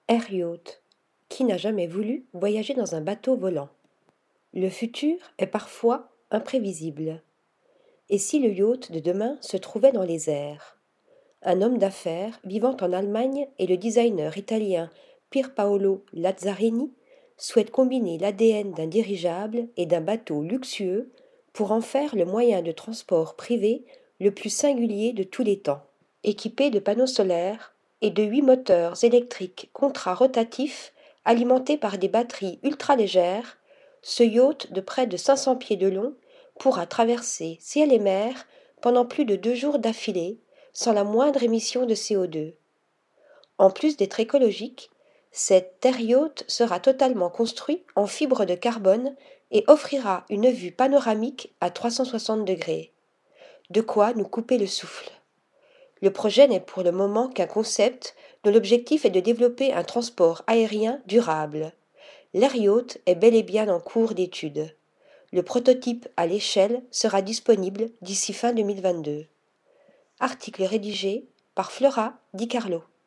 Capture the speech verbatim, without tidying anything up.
Air Yacht. Qui n'a jamais voulu voyager dans un bateau volant? Le futur est parfois imprévisible. Et si le yacht de demain se trouvait dans les airs? Un homme d'affaires vivant en Allemagne et le designer italien Pierpaolo Lazzarini souhaitent combiner l'A D N d'un dirigeable et d'un bateau luxueux pour en faire le moyen de transport privé le plus singulier de tous les temps. Équipé de panneaux solaires et de huit moteurs électriques contrarotatifs alimentés par des batteries ultra-légères, ce yacht de près de cinq cents pieds de long pourra traverser ciel et mer pendant plus de deux jours d'affilée sans la moindre émission de C O deux. En plus d'être écologique, cet air yacht sera totalement construit en fibre de carbone et offrira une vue panoramique à trois cent soixante degrés. De quoi nous couper le souffle. Le projet n'est pour le moment qu'un concept dont l'objectif est de développer un transport aérien durable. L'air yacht est bel et bien en cours d'étude. Le prototype à l'échelle sera disponible d'ici fin deux mille vingt-deux. Article rédigé par Flora Di Carlo.